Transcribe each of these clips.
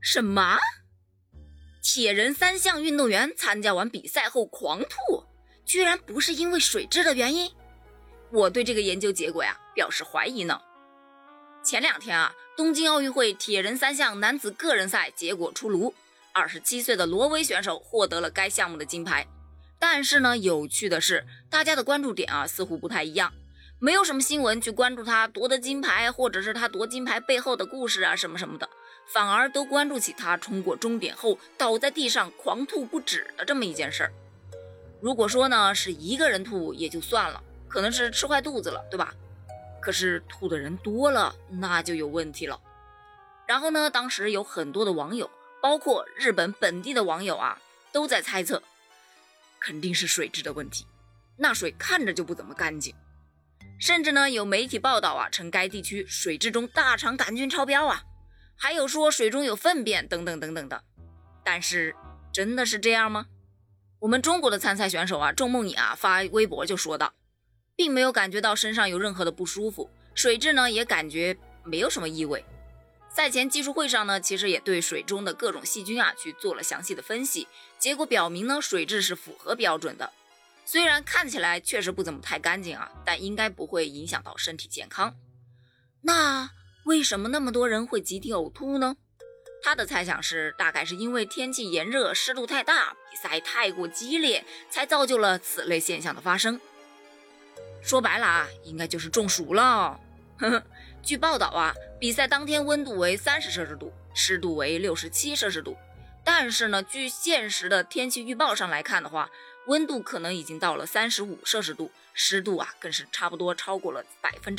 什么？铁人三项运动员参加完比赛后狂吐，居然不是因为水质的原因？我对这个研究结果表示怀疑呢。前2天东京奥运会铁人三项男子个人赛结果出炉，27岁的罗威选手获得了该项目的金牌。但是呢，有趣的是，大家的关注点似乎不太一样，没有什么新闻去关注他夺得金牌，或者是他夺金牌背后的故事什么什么的，反而都关注起他冲过终点后倒在地上狂吐不止的这么一件事儿。如果说呢是一个人吐也就算了，可能是吃坏肚子了，对吧？可是吐的人多了，那就有问题了。然后呢，当时有很多的网友，包括日本本地的网友都在猜测，肯定是水质的问题，那水看着就不怎么干净。甚至呢，有媒体报道称该地区水质中大肠杆菌超标还有说水中有粪便等等等等的。但是真的是这样吗？我们中国的参赛选手仲梦颖发微博就说道，并没有感觉到身上有任何的不舒服，水质呢也感觉没有什么异味。赛前技术会上呢，其实也对水中的各种细菌去做了详细的分析，结果表明呢水质是符合标准的。虽然看起来确实不怎么太干净但应该不会影响到身体健康。那为什么那么多人会集体呕吐呢？他的猜想是，大概是因为天气炎热，湿度太大，比赛太过激烈，才造就了此类现象的发生。说白了应该就是中暑了。据报道比赛当天温度为30摄氏度，湿度为67摄氏度。但是呢，据现实的天气预报上来看的话，温度可能已经到了35摄氏度，湿度更是差不多超过了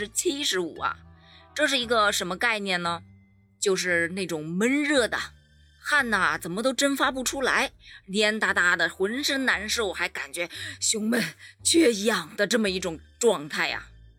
75%这是一个什么概念呢？就是那种闷热的，汗怎么都蒸发不出来，黏哒哒的，浑身难受，还感觉胸闷缺氧的这么一种状态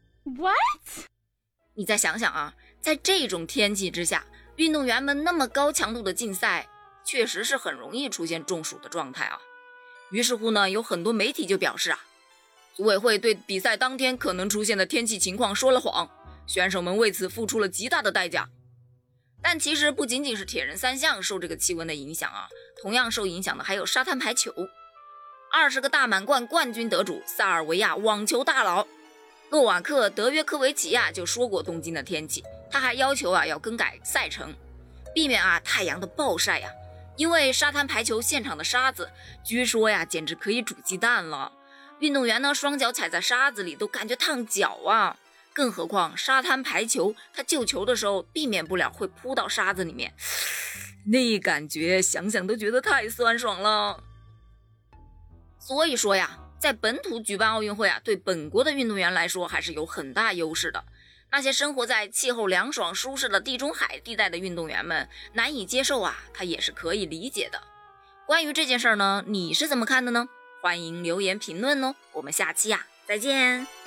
What？ 你再想想在这种天气之下，运动员们那么高强度的竞赛，确实是很容易出现中暑的状态于是乎呢，有很多媒体就表示组委会对比赛当天可能出现的天气情况说了谎，选手们为此付出了极大的代价。但其实不仅仅是铁人三项受这个气温的影响同样受影响的还有沙滩排球。20个大满贯冠军得主塞尔维亚网球大佬诺瓦克·德约科维奇就说过东京的天气，他还要求要更改赛程，避免太阳的暴晒因为沙滩排球现场的沙子据说简直可以煮鸡蛋了，运动员呢双脚踩在沙子里都感觉烫脚更何况沙滩排球他救球的时候避免不了会扑到沙子里面，那感觉想想都觉得太酸爽了。所以说在本土举办奥运会对本国的运动员来说还是有很大优势的。那些生活在气候凉爽舒适的地中海地带的运动员们难以接受他也是可以理解的。关于这件事呢，你是怎么看的呢？欢迎留言评论我们下期再见。